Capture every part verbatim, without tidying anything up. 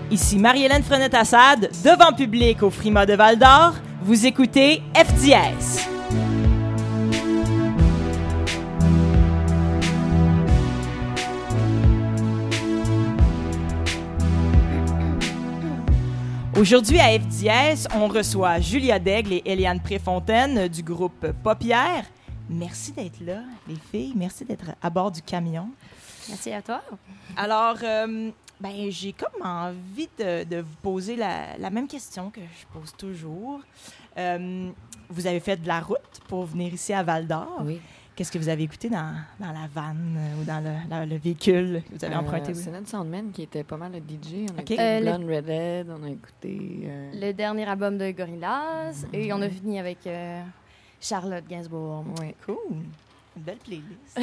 Ici Marie-Hélène Frenette-Assad, devant public au Frima de Val-d'Or. Vous écoutez F D S. Aujourd'hui à F D S, on reçoit Julia Daigle et Éliane Préfontaine du groupe Paupières. Merci d'être là, les filles. Merci d'être à bord du camion. Merci à toi. Alors, euh, ben, j'ai comme envie de, de vous poser la, la même question que je pose toujours. Euh, vous avez fait de la route pour venir ici à Val-d'Or. Oui. Qu'est-ce que vous avez écouté dans, dans la vanne euh, ou dans le, la, le véhicule que vous avez euh, emprunté? C'est notre Soundman qui était pas mal le D J. On a Okay. écouté Euh, Blonde Redhead, on a écouté... Euh... Le dernier album de Gorillaz. Mm-hmm. Et on a fini avec euh, Charlotte Gainsbourg. Oui. Cool. Une belle playlist.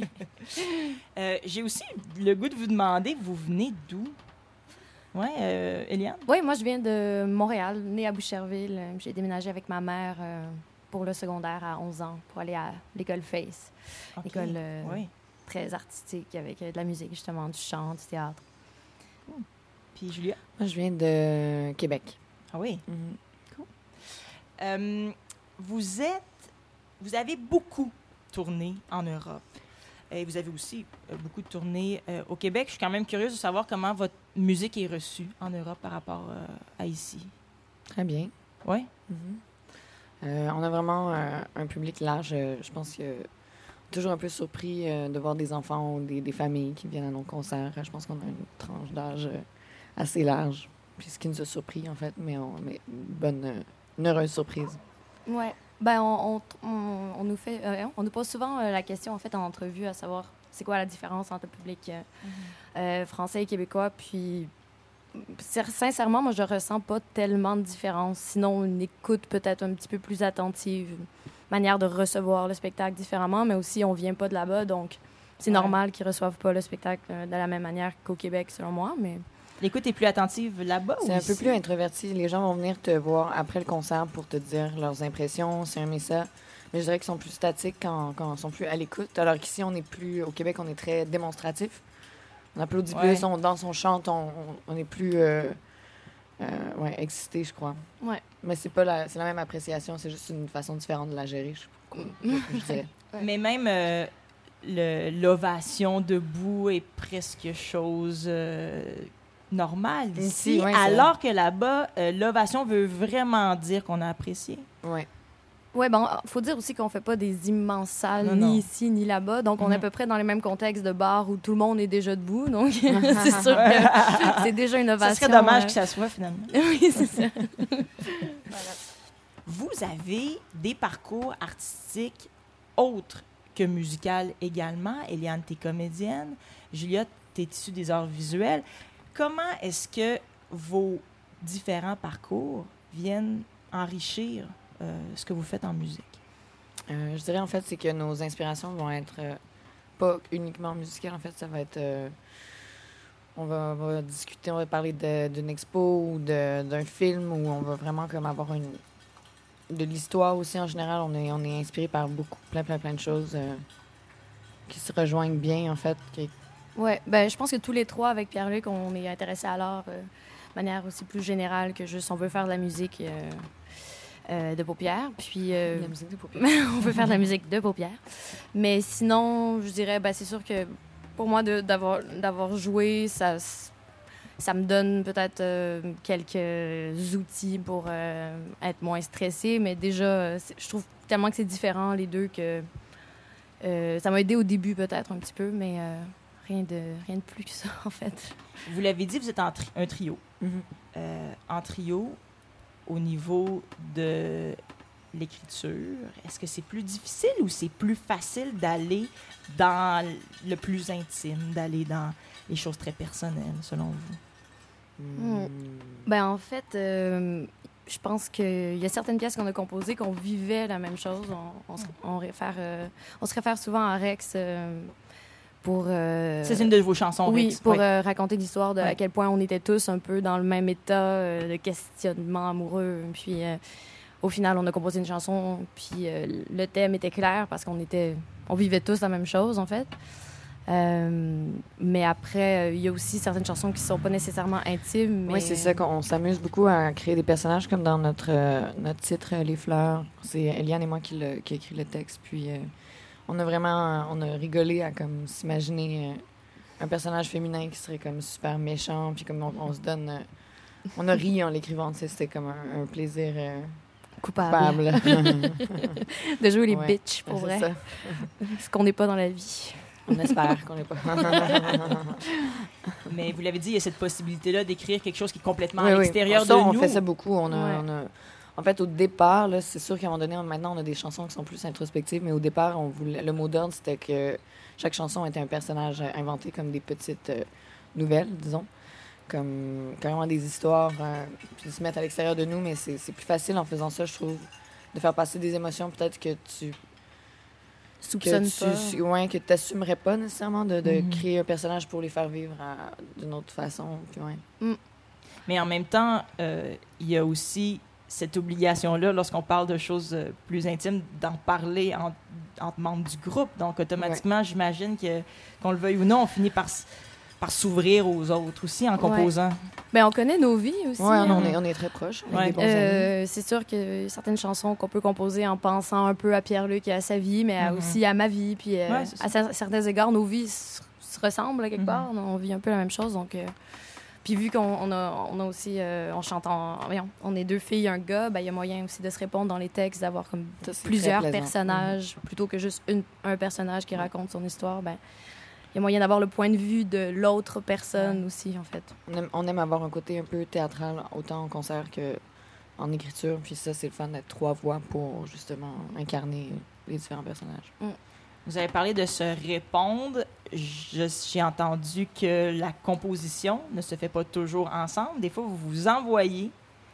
euh, j'ai aussi le goût de vous demander, vous venez d'où? Oui, euh, Éliane? Oui, moi, je viens de Montréal, née à Boucherville. J'ai déménagé avec ma mère euh, pour le secondaire à onze ans, pour aller à l'école Face. Okay. École euh, oui. très artistique, avec euh, de la musique, justement, du chant, du théâtre. Cool. Puis Julia? Moi, je viens de Québec. Ah oui? Mm-hmm. Cool. Euh, vous êtes... Vous avez beaucoup tourné en Europe. Et vous avez aussi euh, beaucoup de tournées euh, au Québec. Je suis quand même curieuse de savoir comment votre musique est reçue en Europe par rapport euh, à ici. Très bien. Oui? Mm-hmm. Euh, on a vraiment euh, un public large. Euh, je pense que toujours un peu surpris euh, de voir des enfants ou des, des familles qui viennent à nos concerts. Je pense qu'on a une tranche d'âge euh, assez large. Puis ce qui nous a surpris, en fait, mais, on, mais une bonne, euh, une heureuse surprise. Ouais. Ben, on, on, on, on nous fait, euh, on nous pose souvent euh, la question, en fait, en entrevue, à savoir c'est quoi la différence entre le public euh, mm-hmm. euh, français et québécois. Puis, sincèrement, moi, je ressens pas tellement de différence. Sinon, une écoute peut-être un petit peu plus attentive, une manière de recevoir le spectacle différemment, mais aussi, on vient pas de là-bas, donc c'est ouais. normal qu'ils reçoivent pas le spectacle euh, de la même manière qu'au Québec, selon moi, mais... L'écoute est plus attentive là-bas C'est ou un ici? peu plus introverti. Les gens vont venir te voir après le concert pour te dire leurs impressions, c'est un ça. Mais je dirais qu'ils sont plus statiques quand, quand ils sont plus à l'écoute. Alors qu'ici, on est plus... Au Québec, on est très démonstratif. On applaudit ouais. plus, on danse, on chante, on, on est plus euh, euh, ouais, excité, je crois. Ouais. Mais c'est pas la, c'est la même appréciation, c'est juste une façon différente de la gérer, je, je, je dirais. Ouais. Mais même euh, le, l'ovation debout est presque chose... Euh, normal ici, ouais, alors que là-bas, euh, l'ovation veut vraiment dire qu'on a apprécié. Oui. Oui, bon, faut dire aussi qu'on fait pas des immenses salles, non, ni non. ici, ni là-bas. Donc, on mm-hmm. est à peu près dans les mêmes contextes de bars où tout le monde est déjà debout. Donc, c'est sûr que c'est déjà une ovation. Ça serait dommage euh... que ça soit, finalement. Oui, c'est ça. Voilà. Vous avez des parcours artistiques autres que musicaux également. Éliane, t'es comédienne. Julia, t'es issue des arts visuels. Comment est-ce que vos différents parcours viennent enrichir euh, ce que vous faites en musique? Euh, je dirais, en fait, c'est que nos inspirations vont être euh, pas uniquement musicales. En fait, ça va être... Euh, on, va, on va discuter, on va parler de, d'une expo ou de, d'un film où on va vraiment comme avoir une... De l'histoire aussi, en général. On est, on est inspiré par beaucoup, plein, plein, plein de choses euh, qui se rejoignent bien, en fait, qui, Oui, ben, je pense que tous les trois, avec Pierre-Luc, on est intéressés à l'art euh, de manière aussi plus générale que juste on veut faire de la musique euh, euh, de paupières. Puis, euh, la musique de paupières. on veut faire de la musique de paupières. Mais sinon, je dirais, ben, c'est sûr que pour moi, de, d'avoir, d'avoir joué, ça, ça me donne peut-être euh, quelques outils pour euh, être moins stressée. Mais déjà, je trouve tellement que c'est différent, les deux, que euh, ça m'a aidé au début peut-être un petit peu, mais... Euh, Rien de, rien de plus que ça, en fait. Vous l'avez dit, vous êtes en tri- un trio. Mm-hmm. Euh, en trio, au niveau de l'écriture, est-ce que c'est plus difficile ou c'est plus facile d'aller dans le plus intime, d'aller dans les choses très personnelles, selon vous? Mm. Ben, en fait, euh, je pense qu'il y a certaines pièces qu'on a composées qu'on vivait la même chose. On, on, se, on, réfère, euh, on se réfère souvent à Rex... Euh, Pour, euh, c'est une de vos chansons, oui, Rex. pour oui. euh, raconter l'histoire de oui. à quel point on était tous un peu dans le même état euh, de questionnement amoureux. Puis euh, au final, on a composé une chanson, puis euh, le thème était clair parce qu'on était, on vivait tous la même chose, en fait. Euh, mais après, il y a aussi certaines chansons qui sont pas nécessairement intimes. Mais... Oui, c'est ça qu'on s'amuse beaucoup à créer des personnages comme dans notre, euh, notre titre euh, Les Fleurs. C'est Eliane et moi qui, le, qui a écrit le texte. Puis euh, on a vraiment on a rigolé à comme s'imaginer euh, un personnage féminin qui serait comme super méchant. Puis comme on, on se donne... Euh, on a ri en l'écrivant. C'était comme un, un plaisir euh, coupable. coupable. De jouer les Ouais, bitches, pour c'est vrai. ça. Ce qu'on n'est pas dans la vie. On espère qu'on n'est pas. Mais vous l'avez dit, il y a cette possibilité-là d'écrire quelque chose qui est complètement Oui, à oui. l'extérieur Ça, de on nous. fait ça beaucoup. On a, Ouais. on a- En fait, au départ, là, c'est sûr qu'à un moment donné, on- maintenant, on a des chansons qui sont plus introspectives, mais au départ, on voulait... le mot d'ordre, c'était que chaque chanson était un personnage euh, inventé comme des petites euh, nouvelles, disons, comme carrément des histoires, euh, puis se mettre à l'extérieur de nous, mais c'est c'est plus facile en faisant ça, je trouve, de faire passer des émotions peut-être que tu... que Soupçonne tu pas. ouais, que t'assumerais pas nécessairement de, de Mhm. créer un personnage pour les faire vivre à- d'une autre façon, puis ouais. Mais en même temps, euh, il y a aussi cette obligation-là, lorsqu'on parle de choses euh, plus intimes, d'en parler en- entre membres du groupe. Donc, automatiquement, j'imagine que, qu'on le veuille ou non, on finit par, s- par s'ouvrir aux autres aussi en composant. Ben, on connaît nos vies aussi. Ouais, hein. on, est, on est très proches. On est Ouais. des bons amis. Euh, c'est sûr que certaines chansons qu'on peut composer en pensant un peu à Pierre-Luc et à sa vie, mais à- Mhm. aussi à ma vie. Puis euh, Ouais, c'est à cer- certains égards, nos vies se, se ressemblent à quelque Mhm. part. On vit un peu la même chose. Donc, euh, puis vu qu'on on a, on a aussi, euh, on chante en, voyons, on est deux filles, un gars, ben, il y a moyen aussi de se répondre dans les textes, d'avoir comme Ça, c'est plusieurs très plaisant. personnages plutôt que juste une- un personnage qui raconte son histoire. Ben, il y a moyen d'avoir le point de vue de l'autre personne aussi, en fait. On aime, on aime avoir un côté un peu théâtral, autant en concert qu'en écriture. Puis ça, c'est le fun d'être trois voix pour justement incarner les différents personnages. Vous avez parlé de se répondre. Je- J'ai entendu que la composition ne se fait pas toujours ensemble. Des fois, vous vous envoyez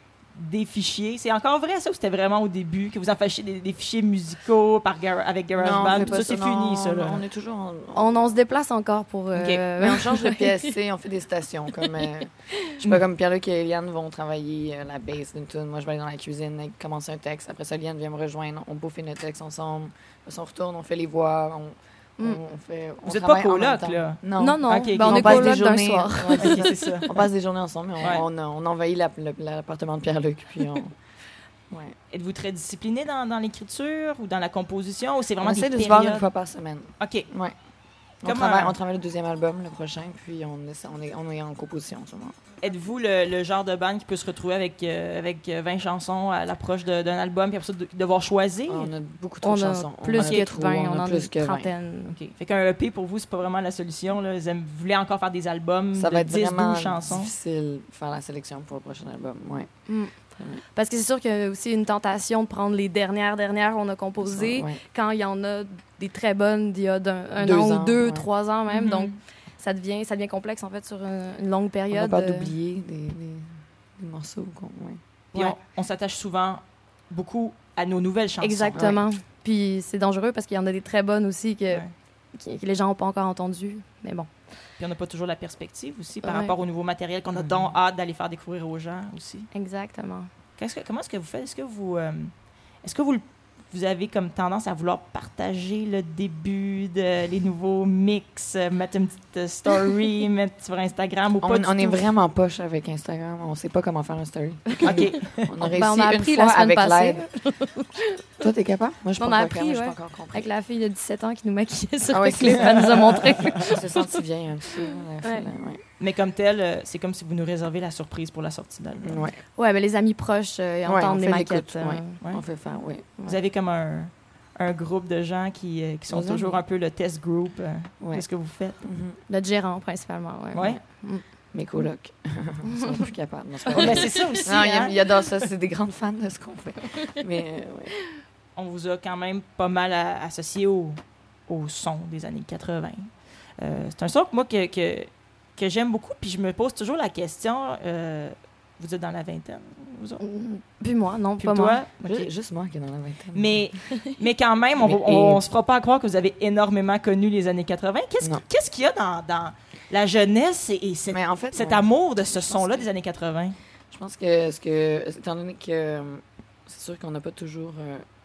des fichiers. C'est encore vrai, ça, ou c'était vraiment au début, que vous en fassiez des, des fichiers musicaux par gar- avec Non, on GarageBand? fait Tout pas ça, c'est non, fini, ça, là. On est toujours en... On, on se déplace encore pour... euh, Mais on change de P S C, on fait des stations. Comme, euh, je sais pas, comme Pierre-Luc et Eliane vont travailler euh, la bass d'une tune. Moi, je vais aller dans la cuisine et commencer un texte. Après ça, Eliane vient me rejoindre. On bouffe notre texte ensemble. Après ça, on retourne, on fait les voix. On, Mm. on fait, on Vous êtes pas travaille en même coloc, temps. là? Non. Non, non, Ok, ok. ben, on, On est passe des coloc d'un journées- soir. Ouais, OK, c'est ça. on passe des journées ensemble, mais on, Ouais. on, a- on envahit la- le- l'appartement de Pierre-Luc. Puis on... ouais. Êtes-vous très discipliné dans, dans l'écriture ou dans la composition, ou c'est On vraiment essaie des de se voir périodes? une fois par semaine. OK. Ouais. On Comme travaille, un- on travaille le deuxième album, le prochain, puis on, essaie- on, est, on est en composition en ce moment. Êtes-vous le, le genre de band qui peut se retrouver avec, euh, avec euh, vingt chansons à l'approche de- d'un album, puis après ça, de- devoir choisir? On a beaucoup trop On de a chansons. plus en a que trop, vingt, on on a en a plus une que vingt. trentaine. OK. Fait qu'un E P, pour vous, c'est pas vraiment la solution, là. Vous, aimez- vous voulez encore faire des albums Ça de va être dix, vraiment douze chansons? difficile de faire la sélection pour le prochain album. Ouais. Mm. Très bien. Parce que c'est sûr qu'il y a aussi une tentation de prendre les dernières, dernières qu'on a composées, Ouais. quand il y en a des très bonnes d'il y a d'un, un Deux an ans, ou deux, ouais. trois ans même. Mhm. Donc, ça devient, ça devient complexe, en fait, sur une, une longue On a période. peur euh, d'oublier des, des, des morceaux. qu'on- ouais. Puis Ouais. on, on s'attache souvent beaucoup à nos nouvelles chansons. Exactement. Puis c'est dangereux parce qu'il y en a des très bonnes aussi que, Ouais. qui- que les gens n'ont pas encore entendues. Mais bon. Puis on n'a pas toujours la perspective aussi par Ouais. rapport au nouveau matériel qu'on a Mhm. donc hâte d'aller faire découvrir aux gens aussi. Exactement. Qu'est-ce que, comment est-ce que vous faites? Est-ce que vous, euh, est-ce que vous, le- vous avez comme tendance à vouloir partager le début de les nouveaux mix, euh, mettre une petite euh, story, mettre sur Instagram ou pas On, du on est tout? vraiment poche avec Instagram. On sait pas comment faire un story. OK. On a réussi Ben, on a une appris fois la semaine avec passée. l'aide. Toi, t'es capable? Moi, je suis On pas a encore appris, capable, je suis ouais. pas encore compris. Avec la fille de dix-sept ans qui nous maquillait sur Ah le ouais, clip, c'est ça. elle nous a montré. Je me senti vieille un petit peu. La Ouais. fille, là, ouais. Mais comme tel, euh, c'est comme si vous nous réservez la surprise pour la sortie de l'album. Ouais. Ouais, ben les amis proches euh, Ouais, entendent on les fait maquettes. l'écoute, euh, ouais. Ouais. On fait faire, oui. Vous avez comme un, un groupe de gens qui, euh, qui sont Nos toujours amis. un peu le test group. euh, Ouais. Qu'est-ce que vous faites? Mhm. Notre gérant, principalement. Ouais. Ouais. Mm. Mes colocs. Ils sont plus capables. Non, c'est pas Ouais, vrai. ben, c'est ça aussi. Non, ils hein? aiment- ils adorent ça. C'est des grandes fans de ce qu'on fait. Mais, euh, ouais. On vous a quand même pas mal à- associé au, au son des années quatre-vingts. Euh, c'est un son que moi que, que, que j'aime beaucoup, puis je me pose toujours la question, euh, vous êtes dans la vingtaine, vous autres? Mm. Puis moi, non, Puis pas toi? moi. OK. Ju- Juste moi qui est dans la vingtaine. Mais, mais quand même, on, Mais- on, on et- se fera pas croire que vous avez énormément connu les années quatre-vingts. Qu'est-ce, Non. qu'est-ce qu'il y a dans, dans la jeunesse et, et cette- Mais en fait, cet ouais. amour de ce pense son-là que- des années quatre-vingts? Je pense que, ce que étant donné que euh, c'est sûr qu'on n'a pas toujours euh,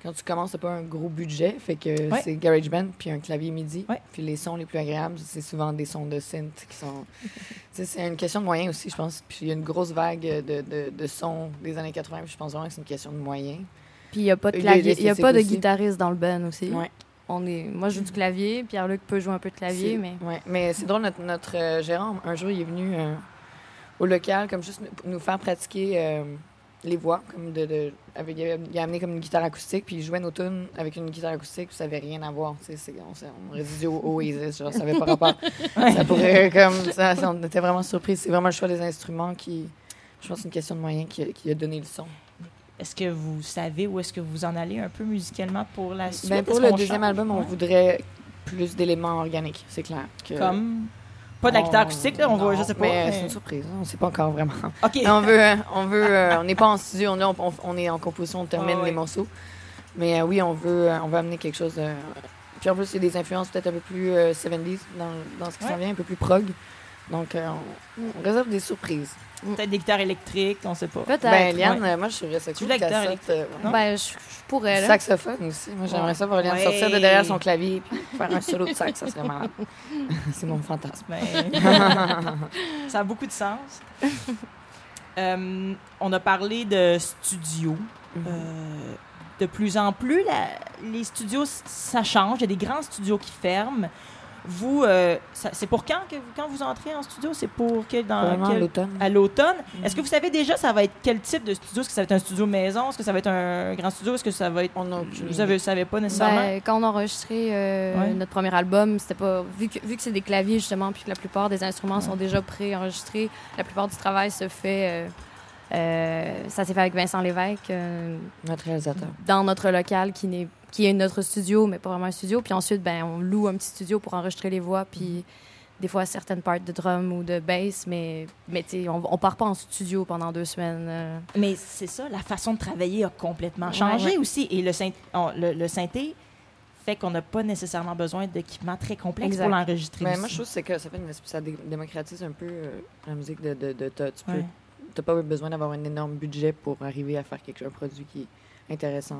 quand tu commences, t'as pas un gros budget, fait que Ouais. c'est GarageBand puis un clavier MIDI. Ouais. Puis les sons les plus agréables, c'est souvent des sons de synth qui sont... Tu sais, c'est une question de moyens aussi, je pense. Puis il y a une grosse vague de, de, de sons des années quatre-vingts, puis je pense vraiment que c'est une question de moyens. Puis il n'y a pas de Il y a clavier, il y a pas de l'esthétique aussi. guitariste dans le band aussi. Ouais. On est, moi, je joue du clavier, Pierre-Luc peut jouer un peu de clavier, C'est- mais... Ouais. Mais c'est drôle, notre, notre euh, gérant, un jour, il est venu euh, au local, comme juste nous, nous faire pratiquer euh, les voix. Comme de, de, avec, il, a, il a amené comme une guitare acoustique, puis il jouait nos tunes avec une guitare acoustique, puis ça n'avait rien à voir. Tu sais, c'est- on, s'est- on aurait dit du Oasis, genre, ça n'avait pas rapport. Ça pourrait, comme, ça, ça, on était vraiment surpris. C'est vraiment le choix des instruments qui, je pense, c'est une question de moyens qui, a- qui a donné le son. Est-ce que vous savez où est-ce que vous en allez un peu musicalement pour la suite? Ben, pour Est-ce le qu'on deuxième change? album, on Ouais. voudrait plus d'éléments organiques, c'est clair. Que, Comme... Pas de la guitare acoustique, là, on non, va, je sais pas. Mais, mais- c'est une surprise, hein, on sait pas encore vraiment. OK. on veut, euh, on veut, euh, on n'est pas en studio, on est, on, on est en composition, on termine Ah ouais. les morceaux. Mais euh, oui, on veut, euh, on veut amener quelque chose. De... Puis en plus, il y a des influences peut-être un peu plus euh, soixante-dix dans, dans ce qui Ouais. s'en vient, un peu plus prog. Donc, euh, on, on réserve des surprises. Peut-être des guitares électriques, on sait pas. Peut-être. Ben, Liane, ouais. euh, moi, je trouverais ça Tu cool. veux la guitare cassette, euh, non? Ben, je, je pourrais, là. saxophone aussi. Moi, j'aimerais ça voir Liane Ouais. sortir de derrière son clavier et faire un solo de sax, ça serait malade. C'est mon fantasme. Ben, ça a beaucoup de sens. Euh, on a parlé de studio. Mhm. Euh, de plus en plus, la- les studios, c- ça change. Il y a des grands studios qui ferment. Vous, euh, ça- c'est pour quand que vous, quand vous entrez en studio? C'est pour quel, dans Vraiment, quel- l'automne. à l'automne. Est-ce que vous savez déjà ça va être quel type de studio? Est-ce que ça va être un studio maison? Est-ce que ça va être un grand studio? Est-ce que ça va être... On a aucune Vous ne savez pas nécessairement? Ben, quand on a enregistré euh, Ouais. notre premier album, c'était pas vu que, vu que c'est des claviers justement, puis que la plupart des instruments sont déjà pré-enregistrés, la plupart du travail se fait. Euh, euh, ça s'est fait avec Vincent Lévesque euh, Notre réalisateur. dans notre local qui n'est qui est notre studio, mais pas vraiment un studio. Puis ensuite, ben on loue un petit studio pour enregistrer les voix, puis des fois certaines parts de drum ou de bass, mais mais tu sais, on, on part pas en studio pendant deux semaines. euh. Mais c'est ça, la façon de travailler a complètement Ouais, changé ouais. aussi. Et le, synth- on- le, le synthé fait qu'on n'a pas nécessairement besoin d'équipements très complexes Exact. pour l'enregistrer. Mais aussi. moi, je trouve que c'est que ça, fait une, ça dé- démocratise un peu euh, la musique de, de, de t'as- Tu peux, Ouais. t'as pas besoin d'avoir un énorme budget pour arriver à faire quelque chose, un produit qui est intéressant.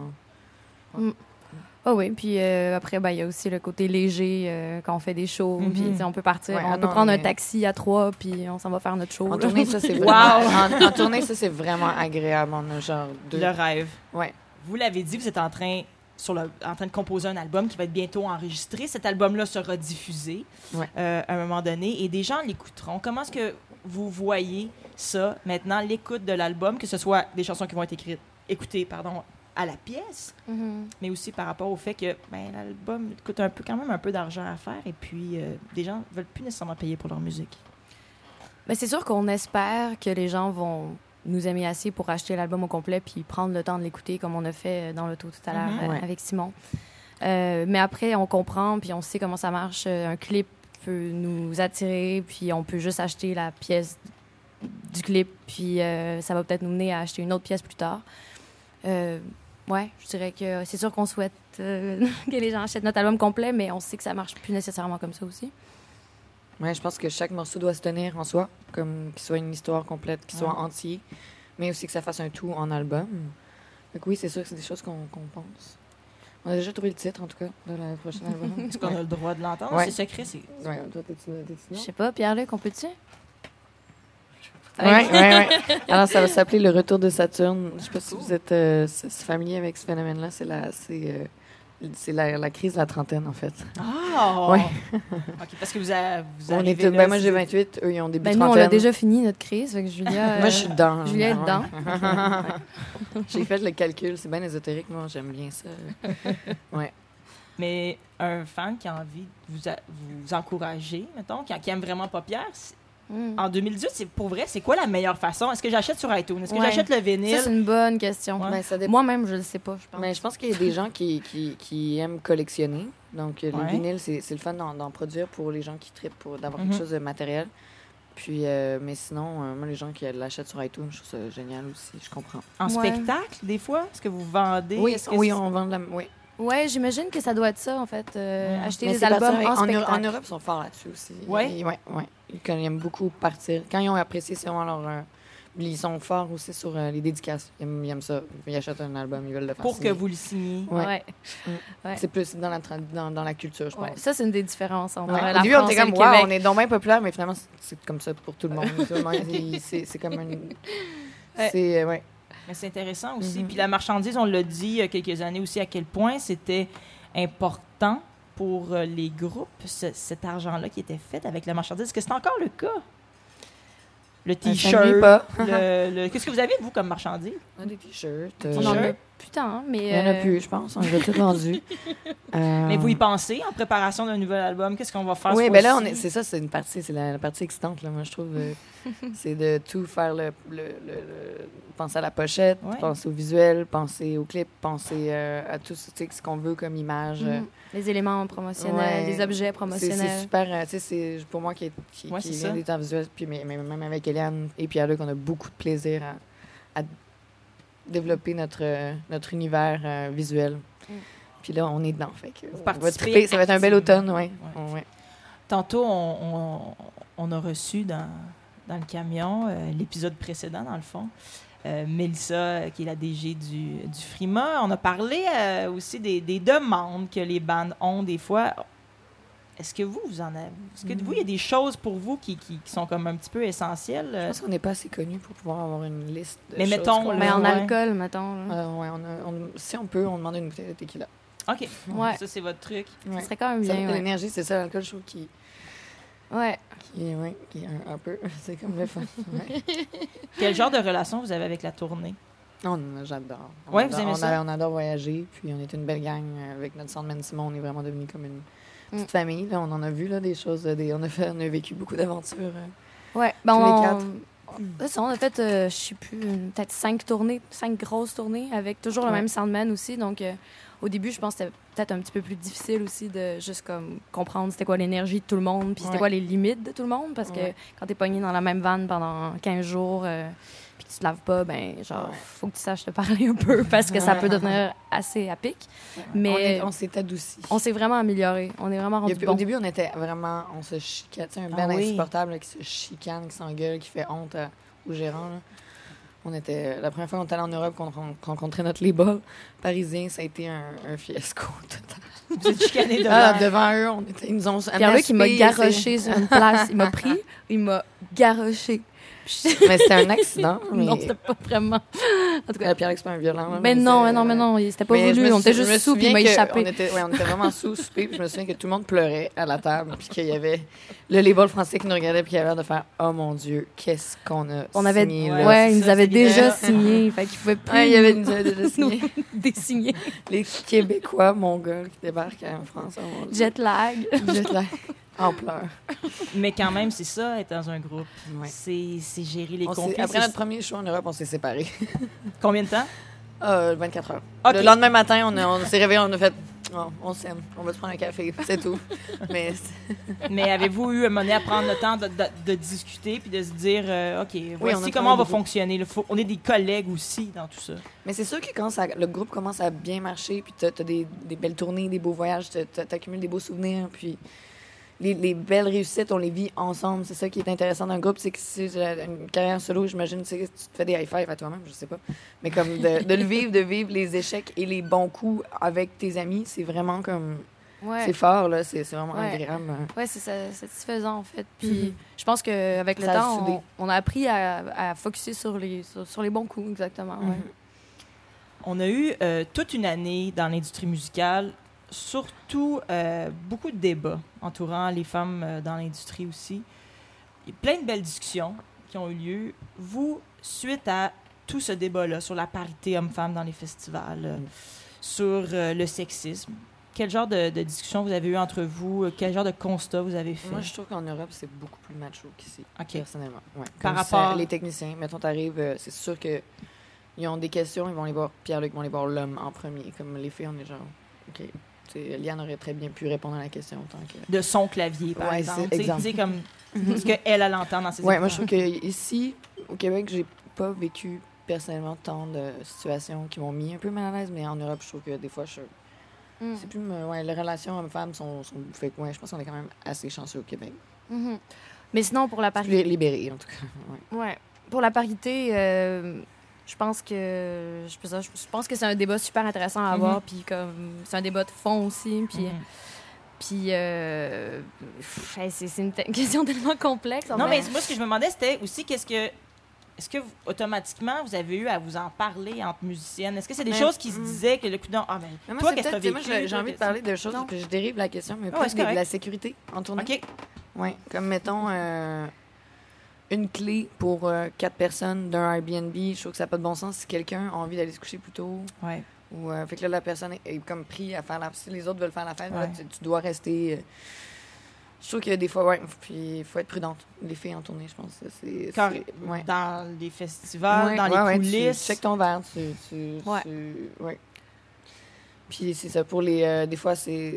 Ah oui, puis euh, après, ben, il y a aussi le côté léger euh, quand on fait des shows. Mhm. Puis tu sais, on peut partir, Ouais, on ah peut non, prendre un mais- taxi à trois, puis on s'en va faire notre show. En là. tournée, ça, c'est Wow! vraiment... en, en tournée, ça, c'est vraiment agréable. On a genre deux... Le rêve. Ouais. Vous l'avez dit, vous êtes en train, sur le, en train de composer un album qui va être bientôt enregistré. Cet album-là sera diffusé Ouais. euh, à un moment donné et des gens l'écouteront. Comment est-ce que vous voyez ça maintenant, l'écoute de l'album, que ce soit des chansons qui vont être écrites, écoutées pardon, à la pièce, Mhm. mais aussi par rapport au fait que ben, l'album coûte un peu, quand même un peu d'argent à faire et puis euh, des gens ne veulent plus nécessairement payer pour leur musique. Mais c'est sûr qu'on espère que les gens vont nous aimer assez pour acheter l'album au complet puis prendre le temps de l'écouter comme on a fait dans l'auto tout à l'heure Mhm. euh, Ouais. avec Simon. Euh, mais après, on comprend puis on sait comment ça marche. Euh, Un clip peut nous attirer puis on peut juste acheter la pièce du clip puis euh, ça va peut-être nous mener à acheter une autre pièce plus tard. Euh, ouais, je dirais que c'est sûr qu'on souhaite euh, que les gens achètent notre album complet, mais on sait que ça marche plus nécessairement comme ça aussi. Ouais, je pense que chaque morceau doit se tenir en soi, comme qu'il soit une histoire complète, qu'il soit Ouais. entier, mais aussi que ça fasse un tout en album. Donc oui, c'est sûr que c'est des choses qu'on qu'on pense. On a déjà trouvé le titre, en tout cas, de la prochaine album. Est-ce qu'on a le droit de l'entendre? Ouais. C'est secret, c'est... Ouais, toi, t'es-tu t'es-tu Je non? sais pas, Pierre-Luc, on peut-tu? Ouais, ouais, ouais. Alors, ça va s'appeler Le Retour de Saturne. Je sais pas si vous êtes euh, s- s- familier avec ce phénomène-là. C'est la, c'est, euh, c'est la, la crise de la trentaine, en fait. Ah! Ouais. OK, parce que vous, a, vous On arrivez est, là, ben, moi, c'est- j'ai vingt-huit, eux, ils ont début Ben, nous, on trentaine. l'a déjà fini, notre crise. Fait que Julia, Moi, euh, je suis dedans. Julia est Ouais. dedans. J'ai fait le calcul. C'est bien ésotérique, moi. J'aime bien ça. Ouais. Mais un fan qui a envie de vous, a- vous encourager, mettons, qui, qui aime vraiment pas Pierre, c'est- Mm. en deux mille dix-huit, c'est pour vrai, c'est quoi la meilleure façon? Est-ce que j'achète sur iTunes? Est-ce que Ouais. j'achète le vinyle? Ça, c'est une bonne question. Ouais. Ben, ça dépend. Moi-même, je le sais pas, je pense. Mais je pense qu'il y a des gens qui, qui, qui aiment collectionner. Donc, euh, Ouais. le vinyle, c'est c'est le fun d'en d'en produire pour les gens qui trippent, pour d'avoir Mhm. quelque chose de matériel. Puis, euh, mais sinon, euh, moi, les gens qui l'achètent sur iTunes, je trouve ça génial aussi. Je comprends. En Ouais. spectacle, des fois? Est-ce que vous vendez? Oui, Est-ce que oui, c'est- on vend de la. Oui. Ouais, j'imagine que ça doit être ça, en fait. euh, Mm. Acheter Mais des c'est parti albums avec- en, en, Euro- spectacle. en Europe, ils sont forts là-dessus aussi. Ouais? Ils, ouais, ouais. Ils, quand ils aiment beaucoup partir. Quand ils ont apprécié, c'est vraiment leur. euh, Ils sont forts aussi sur euh, les dédicaces. Ils aiment, ils aiment ça. Ils achètent un album, ils veulent le faire Pour signer. que vous le signiez. Ouais. Ouais. Mm. Ouais. C'est plus dans la, tra- dans, dans la culture, je pense. Ouais. Ça, c'est une des différences entre Ouais. la Au début, France on était et le comme, wow, Québec. on est donc bien populaire, mais finalement, c'est- c'est comme ça pour tout le monde. Tout le monde, c'est- c'est, c'est comme une. Ouais. C'est, euh, ouais. Mais c'est intéressant aussi. Mhm. Puis la marchandise, on l'a dit il y a quelques années aussi, à quel point c'était important pour euh, les groupes, ce- cet argent-là qui était fait avec la marchandise. Est-ce que c'est encore le cas? Le Ça T-shirt. nuit pas. le- le- Qu'est-ce que vous avez, vous, comme marchandise? On a des t-shirts. On en a T-shirt. plus tant, mais... Il y en a euh, plus, je pense. On les a tous vendus. Euh, Mais vous y pensez en préparation d'un nouvel album? Qu'est-ce qu'on va faire Oui, ce ben là, on fois-ci? est, c'est ça, c'est une partie, c'est la, la partie excitante, là, moi, je trouve. euh, c'est de tout faire, le, le, le- le- penser à la pochette, Ouais. penser au visuel, penser au clip, penser euh, à tout tu sais, ce qu'on veut comme image. euh. mhm. Les éléments promotionnels, Ouais. les objets C'est, c'est promotionnels. super, euh, tu sais, c'est pour moi qui, est- qui, Ouais, qui c'est vient ça. des temps visuels, puis mais, mais même avec Eliane et Pierre-Luc, on a beaucoup de plaisir à, à développer notre, euh, notre univers euh, visuel. Mm. Puis là, on est dedans, fait que on va participez triper, ça va être un bel activement. automne, ouais. Ouais. Ouais. Tantôt, on, on- on a reçu dans, dans le camion euh, l'épisode précédent, dans le fond, euh, Mélissa, euh, qui est la D G du, du Frima. On a parlé euh, aussi des, des demandes que les bandes ont des fois. Est-ce que vous, vous en avez? Est-ce que vous, il y a des choses pour vous qui, qui, qui sont comme un petit peu essentielles? Je euh? pense qu'on n'est pas assez connu pour pouvoir avoir une liste de Mais choses mettons, qu'on là, Mais en Ouais. alcool, mettons. là. Euh, ouais, on a- on- si on peut, on demande une bouteille de tequila. OK. Ouais. Ça, c'est votre truc. Ouais. Ce serait quand même Ça, bien, ouais. L'énergie, c'est ça, l'alcool, je trouve, qui, Ouais. qui, est- ouais, qui est un, un peu... C'est comme le fun. Ouais. Quel genre de relation vous avez avec la tournée? On, j'adore. On Ouais, adore, vous aimez on ça? a- on adore voyager, puis on est une belle gang euh, avec notre Sandman Simon. On est vraiment devenus comme une petite Mm. famille. Là. On en a vu là, des choses, euh, des, on, a fait, on a vécu beaucoup d'aventures. euh. Ouais. Ben, Tous les on... quatre. Ouais, ça, on a fait, euh, je sais plus, une- peut-être cinq tournées, cinq grosses tournées avec toujours le Ouais. même soundman aussi. Donc, euh, au début, je pense que c'était peut-être un petit peu plus difficile aussi de juste comme comprendre c'était quoi l'énergie de tout le monde, puis c'était Ouais. quoi les limites de tout le monde. Parce que Ouais. quand t'es pogné dans la même vanne pendant quinze jours, euh, puis tu te laves pas, ben, genre, Ouais. faut que tu saches te parler un peu parce que ça peut devenir assez à pic. Mais on, est- on s'est adouci. on s'est vraiment amélioré. On est vraiment Il y rendu a- bon. Au début, on était vraiment... On se chicane. Tu sais, un Ah band oui. insupportable là, qui se chicane, qui s'engueule, qui fait honte à- au gérant. Là. On était... La première fois qu'on est allé en Europe, qu'on ren- rencontrait notre label parisien, ça a été un, un fiasco total. Vous êtes chicané devant. Ah, devant eux, on était, ils nous ont Pierre-Luc, il m'a amené à souper, garoché sur une place. Il m'a pris, il m'a garoché. c'est- Mais c'était un accident. Mais... Non, c'était pas vraiment. En tout cas, Euh, Pierre-Luc, c'est pas un violent. là, mais non, c'est- mais non, mais non, il- c'était pas Mais je voulu. me On était sou- je juste me sous, puis il souviens m'a que échappé. On était, ouais, on était vraiment sous souper, puis je me souviens que tout le monde pleurait à la table, puis qu'il y avait le label français qui nous regardait, puis qui avait l'air de faire « Oh mon Dieu, qu'est-ce qu'on a On avait, signé Ouais, là? ouais, c'est ils nous ça, avaient c'est déjà libéral. signé, fait qu'ils pouvaient plus Ouais, il y avait nous nous avait déjà signé. désigner. Les Québécois mongols qui débarquent en France. Oh mon Dieu. Jet lag. Jet lag. En pleurs. Mais quand même, c'est ça, être dans un groupe. Ouais. C'est c'est gérer les On s'est- conflits. après c'est- notre premier show en Europe, on s'est séparés. Combien de temps? Euh, vingt-quatre heures. Ok. Le lendemain matin, on, a- on s'est réveillés, on a fait oh, on s'aime, on va se prendre un café, c'est tout. Mais c'est- Mais avez-vous eu un moment donné à prendre le temps de, de- de discuter puis de se dire, euh, OK, voici on a comment on travaillé va beaucoup. fonctionner. là. Faut- on est des collègues aussi dans tout ça. Mais c'est sûr que quand ça, le groupe commence à bien marcher, puis t'as as des, des belles tournées, des beaux voyages, t'as- t'as- t'accumules des beaux souvenirs, puis les, les belles réussites, on les vit ensemble. C'est ça qui est intéressant d'un groupe, c'est que si j'ai une carrière solo, j'imagine, tu sais, tu te fais des high-fives à toi-même, je sais pas. Mais comme de, de le vivre, de vivre les échecs et les bons coups avec tes amis, c'est vraiment comme... Ouais. C'est fort, là, c'est c'est vraiment Ouais. agréable. hein. Ouais, c'est sa- satisfaisant en fait. Puis Mhm. je pense qu'avec le Ça a temps, soudé. on, on a appris à, à focusser sur les, sur, sur les bons coups, exactement. ouais. Mhm. On a eu euh, toute une année dans l'industrie musicale, surtout euh, beaucoup de débats entourant les femmes euh, dans l'industrie aussi. Il y a plein de belles discussions qui ont eu lieu. Vous, suite à tout ce débat-là sur la parité homme-femme dans les festivals, euh, Mm. sur euh, le sexisme, quel genre de, de discussion vous avez eu entre vous? Euh, Quel genre de constat vous avez fait? Moi, je trouve qu'en Europe, c'est beaucoup plus macho qu'ici, OK. personnellement. Ouais. Par Comme rapport- ça, les techniciens, mettons, t'arrives, euh, c'est sûr que ils ont des questions, ils vont les voir, Pierre-Luc, ils vont les voir l'homme en premier. Comme les filles, on est genre, OK. T'sais, Liane aurait très bien pu répondre à la question en tant que... De son clavier, par Ouais, exemple. c'est- Tu sais- exemple. tu sais, comme ce qu'elle, elle entend dans ses Ouais, moi, je écouteurs. trouve qu'ici, au Québec, j'ai pas vécu personnellement tant de situations qui m'ont mis un peu mal à l'aise, mais en Europe, je trouve que des fois, je... Mm. c'est plus... me- Ouais, les relations hommes-femmes sont... sont... Fait que, ouais, je pense qu'on est quand même assez chanceux au Québec. Mhm. Mais sinon, pour la Plus parité. libérés, en tout cas. Ouais. Ouais. pour la parité, euh, je pense que je, pense- je pense que c'est un débat super intéressant à avoir, Mhm. puis comme c'est un débat de fond aussi, puis Mhm. puis euh, pff, hey, c'est c'est une te- question tellement complexe. Non, enfin. mais moi, ce que je me demandais, c'était aussi qu'est-ce que. Est-ce que, vous, automatiquement, vous avez eu à vous en parler entre musiciennes? Est-ce que c'est des Mais, choses qui se mm. disaient que le coup d'un. Ah, ben, Mais moi, toi, c'est qu'est-ce que peut-être- t'as moi, j'ai vécu? j'ai envie de parler de choses Non. que je dérive la question, mais Ah plus ouais, c'est de, de correct. la sécurité en tournée. OK. Oui, comme mettons euh, une clé pour euh, quatre personnes d'un Airbnb. Je trouve que ça n'a pas de bon sens si quelqu'un a envie d'aller se coucher plus tôt. Ouais. Ou, euh, fait que là, la personne est, est comme pris à faire la... Si les autres veulent faire la fête, là, Ouais. tu, tu dois rester... euh, Je trouve que des fois, ouais, puis il faut être prudente. Les filles en tournée, je pense. que C'est, Carré- c'est- ouais. Dans les festivals, Ouais, dans ouais, ouais, les coulisses. Tu checkes ton verre, tu... tu, Ouais. tu- ouais. Puis c'est ça, pour les... euh, des fois, c'est...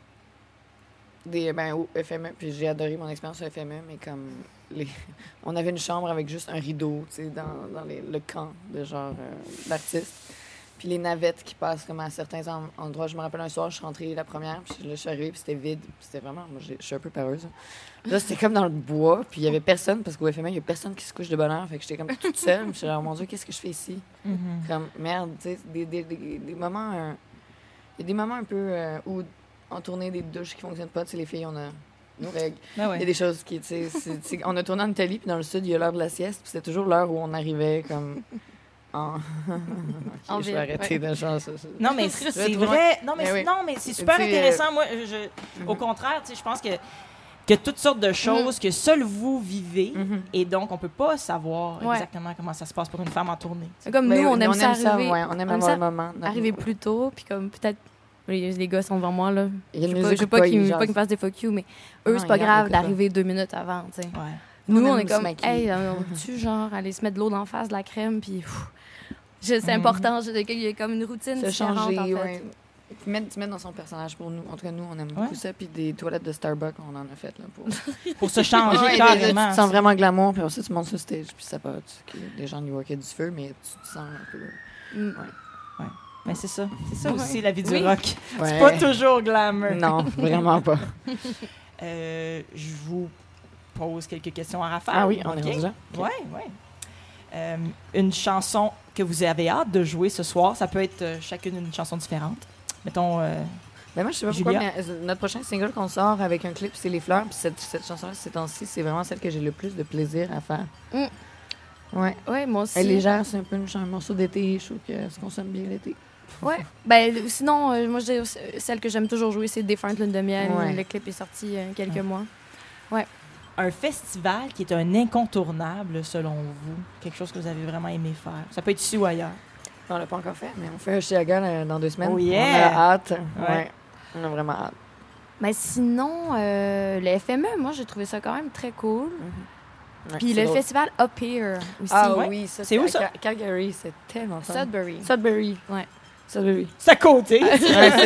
Des, ben, au F M E, puis j'ai adoré mon expérience au F M E, mais comme... Les, on avait une chambre avec juste un rideau, tu sais, dans, dans les- le camp de genre euh, d'artistes. Puis les navettes qui passent comme à certains en- endroits. Je me rappelle un soir, je suis rentrée la première, puis là, je suis arrivée, puis c'était vide. Puis c'était vraiment... Moi, j'ai- je suis un peu peureuse. Là, c'était comme dans le bois, puis il y avait personne, parce qu'au F M E, il y a personne qui se couche de bonne heure. Fait que j'étais comme toute seule. Puis j'étais genre, mon Dieu, qu'est-ce que je fais ici? Mhm. Comme, merde, tu sais, des, des, des, des moments... euh, Il y a des moments un peu euh, où, en tournée, des douches qui fonctionnent pas. Tu sais, les filles, on a nos règles. Ben ouais. Il y a des choses qui, tu sais, c'est- c'est- on a tourné en Italie, puis dans le sud, il y a l'heure de la sieste, puis c'était toujours l'heure où on arrivait comme en. Ok, En je vais ville, arrêter ouais. de genre ça. ça. Non, mais Je c'est vais trouver- vrai. Non, mais, Mais c'est- oui. non, mais c'est super Tu sais, intéressant. Moi, je, je- au Mhm. contraire, tu sais, je pense que, que toutes sortes de choses que seuls vous vivez, Mhm. et donc on peut pas savoir Ouais. exactement comment ça se passe pour une femme en tournée. Comme Ben nous, oui, on aime ça arriver, ouais, on aime on aime avoir ça le moment. notre- arriver plus tôt, puis comme peut-être les, les gars sont devant moi là. Il y a Je une veux pas, je musique veux ou pas pas, qu'ils ils me jasent. pas qu'ils me fassent des fuck you, mais eux Non, c'est pas ils grave écoutent pas. d'arriver deux minutes avant, tu sais. Ouais. Nous, On on aime est se comme, maquiller. hey, on tu genre aller se mettre de l'eau dans la face, de la crème, puis pff, je- c'est Mhm. important. je- Il y a comme une routine Se différente, changer, en fait. ouais. Puis mettre, mettre dans son personnage pour nous. En tout cas, nous, on aime beaucoup Ouais. ça. Puis des toilettes de Starbucks, on en a fait là, pour. Pour se changer Ouais, carrément. Tu te sens vraiment glamour, puis ensuite tu montes sur le stage, puis ça part. Tu, que les gens y voient qu'il y a du feu, mais tu te sens un peu. Mm. Mais c'est ça. C'est ça Ouais. aussi, la vie du Oui. rock. Ouais. C'est pas toujours glamour. Non, vraiment pas. Euh, je vous pose quelques questions à rafale. Ah oui, on est OK? rendu là. Oui, oui. Euh, une chanson que vous avez hâte de jouer ce soir, ça peut être euh, chacune une chanson différente. Mettons, euh, Ben moi, je sais pas pourquoi, Julia? mais euh, notre prochain single qu'on sort avec un clip, c'est Les Fleurs. Puis cette, cette chanson-là, ces temps-ci, c'est vraiment celle que j'ai le plus de plaisir à faire. Mm. Ouais. Ouais, moi aussi. Elle est légère, c'est un peu une, ch- un morceau d'été. Je trouve que se consomme bien l'été. Ouais. Ben, sinon, euh, moi, je dirais aussi, euh, celle que j'aime toujours jouer, c'est Défunte Lune de miel. Ouais. Le clip est sorti il y a quelques Ouais. mois. un festival qui est un incontournable selon vous, quelque chose que vous avez vraiment aimé faire. Ça peut être ici ou ailleurs. On l'a pas encore fait, mais on fait un Chiaga là, dans deux semaines. Oh yeah! On a hâte. Ouais. Ouais. On a vraiment hâte. Mais sinon, euh, le F M E, moi, j'ai trouvé ça quand même très cool. Ouais, Puis c'est le drôle. festival Up Here aussi. Ah Ouais. oui, ça. C'est où, à ça? Cal- Calgary, c'est tellement fun. Sudbury. Sudbury. Ouais. Sudbury. C'est à côté. Ouais,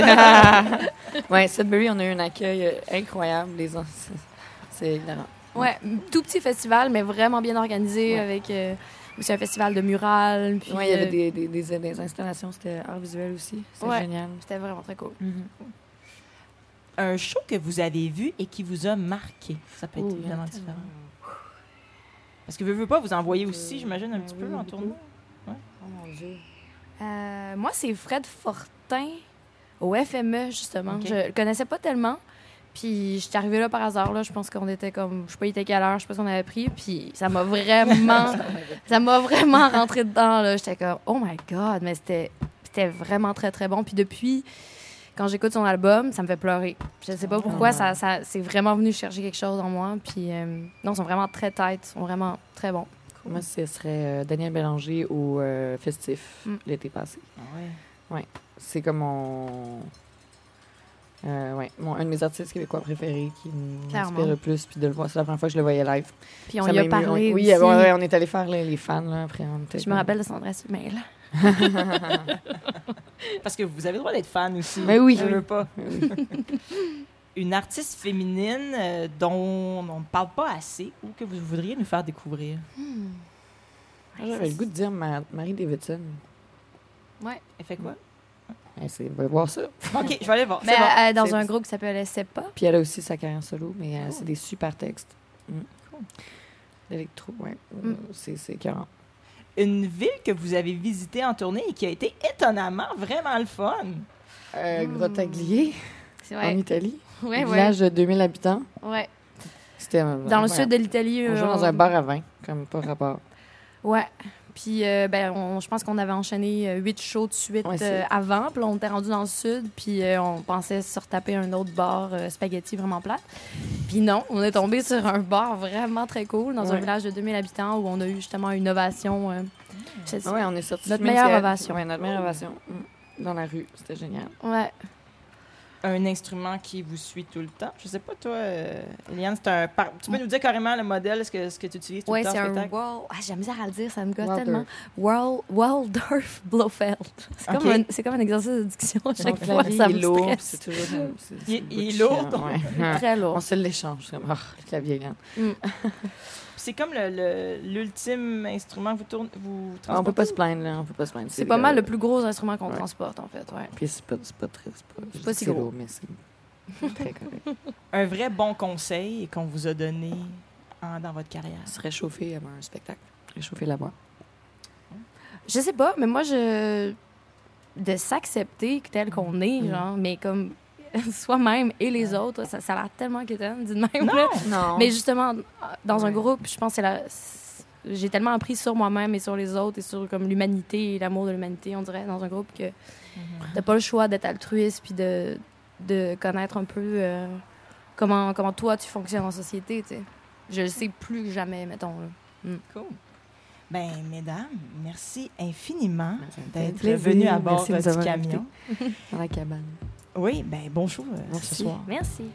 c'est- ouais, Sudbury, on a eu un accueil euh, incroyable. Les en- c'est- C'est hilarant. Ouais, tout petit festival, mais vraiment bien organisé Ouais. avec euh, aussi un festival de murales. Puis, Ouais, il y avait euh, des, des, des, des installations, c'était art visuel aussi. C'était Ouais. génial. C'était vraiment très cool. Un show que vous avez vu et qui vous a marqué. Ça peut être Oh, évidemment il y en a différent. Parce que vous veux pas vous envoyer aussi, Euh, j'imagine, un ben petit oui, peu en beaucoup. tournoi. Oh mon Dieu. Euh, moi, c'est Fred Fortin au F M E, justement. Ok. Je le connaissais pas tellement. Puis, j'étais arrivée là par hasard. Là. Je pense qu'on était comme... Je sais pas, il était quelle heure. Je sais pas ce qu'on avait pris. Puis, ça m'a vraiment... ça m'a vraiment rentré dedans. Là. J'étais comme, oh my God! Mais c'était, c'était vraiment très, très bon. Puis, depuis, quand j'écoute son album, ça me fait pleurer. Je sais pas pourquoi. Ça, ça, c'est vraiment venu chercher quelque chose en moi. Puis, euh, non, ils sont vraiment très tight. Ils sont vraiment très bons. Moi, ce serait euh, Daniel Bélanger au euh, Festif Mm. l'été passé. Ah ouais. C'est comme mon... Euh, ouais, mon, un de mes artistes québécois préférés qui Clairement. m'inspire le plus. Puis de le voir, c'est la première fois que je le voyais live. Puis, on Ça y m'a a ému. parlé On- Oui, aussi. ouais, ouais, on est allé faire les, les fans, là, après. On était Je me comme- rappelle de son adresse email. Parce que vous avez le droit d'être fan aussi. Mais oui. Je veux pas. Oui. Une artiste féminine euh, dont on ne parle pas assez ou que vous voudriez nous faire découvrir. Moi, J'avais le goût de dire Ma- Marie Davidson. Ouais. Elle fait quoi? Ouais, c'est, on va voir ça. OK, je vais aller voir. Mais C'est bon. elle est dans C'est- un groupe qui s'appelle S C E P A. Puis elle a aussi sa carrière solo, mais euh, Cool. c'est des super textes. Mm. Cool. Électro, oui. Mm. C'est, c'est écœurant. Une ville que vous avez visitée en tournée et qui a été étonnamment vraiment le fun. Euh, Mm. Grottaglier, C'est en vrai. Italie. Ouais, Un ouais. village de deux mille habitants. Ouais. C'était euh, Dans le ouais. sud de l'Italie. On jouait euh, dans un bar à vin, comme pas rapport. Ouais. Puis, euh, ben, on- je pense qu'on avait enchaîné euh, huit shows de suite Ouais, c'est- euh, avant. Puis là, on était rendu dans le sud. Puis, euh, on pensait se retaper un autre bar euh, spaghetti vraiment plate. Puis non, on est tombé sur un bar vraiment très cool dans un Ouais. village de deux mille habitants où on a eu justement une ovation. euh, c'est- Oui, on est sorti Notre du meilleure Mintiel. ovation. Ouais, notre meilleure ovation. Mm. Dans la rue. C'était génial. Ouais. Un instrument qui vous suit tout le temps. Je sais pas, toi, euh, Eliane, c'est un... par- tu peux nous dire carrément le modèle, ce que, ce que tu utilises tout Ouais, le temps c'est en un spectacle? Wal... Ah, j'ai la misère à le dire, ça me gosse Waldorf. tellement. Wal... Waldorf Blofeld. C'est, Ok. comme un... c'est comme un exercice de diction à chaque Donc, fois, la vie ça est me lourd, stresse. c'est toujours... c'est- c'est- Il est- c'est il est beaucoup lourd, chiant, donc. ouais. Très lourd. On se l'échange. C'est comme, oh, le clavier, là. C'est comme le- le- l'ultime instrument que vous, tourne, vous Ah, on transportez. peut pas se plaindre, là. On peut pas se plaindre. C'est pas mal le le plus gros instrument qu'on Ouais. transporte, en fait, ouais. Puis c'est pas, c'est pas très... C'est pas, je pas dis si c'est gros. lourd, mais c'est très correct. Un vrai bon conseil qu'on vous a donné en- dans votre carrière. Se réchauffer avant un spectacle. Réchauffer la voix. Je sais pas, mais moi, je... De s'accepter tel qu'on est, Mm. genre, mais comme soi-même et les autres, ça, ça a l'air tellement quétaine, dit de même, Non! là. Non. Mais justement, dans un Ouais. groupe, je pense que c'est la... j'ai tellement appris sur moi-même et sur les autres et sur comme l'humanité et l'amour de l'humanité, on dirait, dans un groupe, que t'as pas le choix d'être altruiste puis de, de connaître un peu euh, comment, comment toi tu fonctionnes en société, tu sais. Je le sais plus que jamais, mettons. Là. Cool. Ben, mesdames, merci infiniment Ça me fait d'être plaisir. venues à bord Merci de euh, nous du avoir camion. invités dans la cabane. Oui, ben, bon show euh, ce Merci. soir. Merci.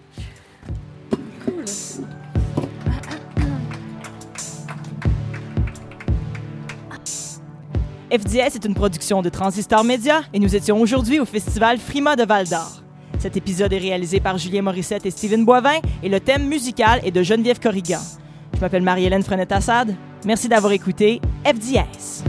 F D S est une production de Transistor Média et nous étions aujourd'hui au Festival Frima de Val-d'Or. Cet épisode est réalisé par Julien Morissette et Steven Boivin et le thème musical est de Geneviève Corrigan. Je m'appelle Marie-Hélène Frenette-Assad. Merci d'avoir écouté F D S.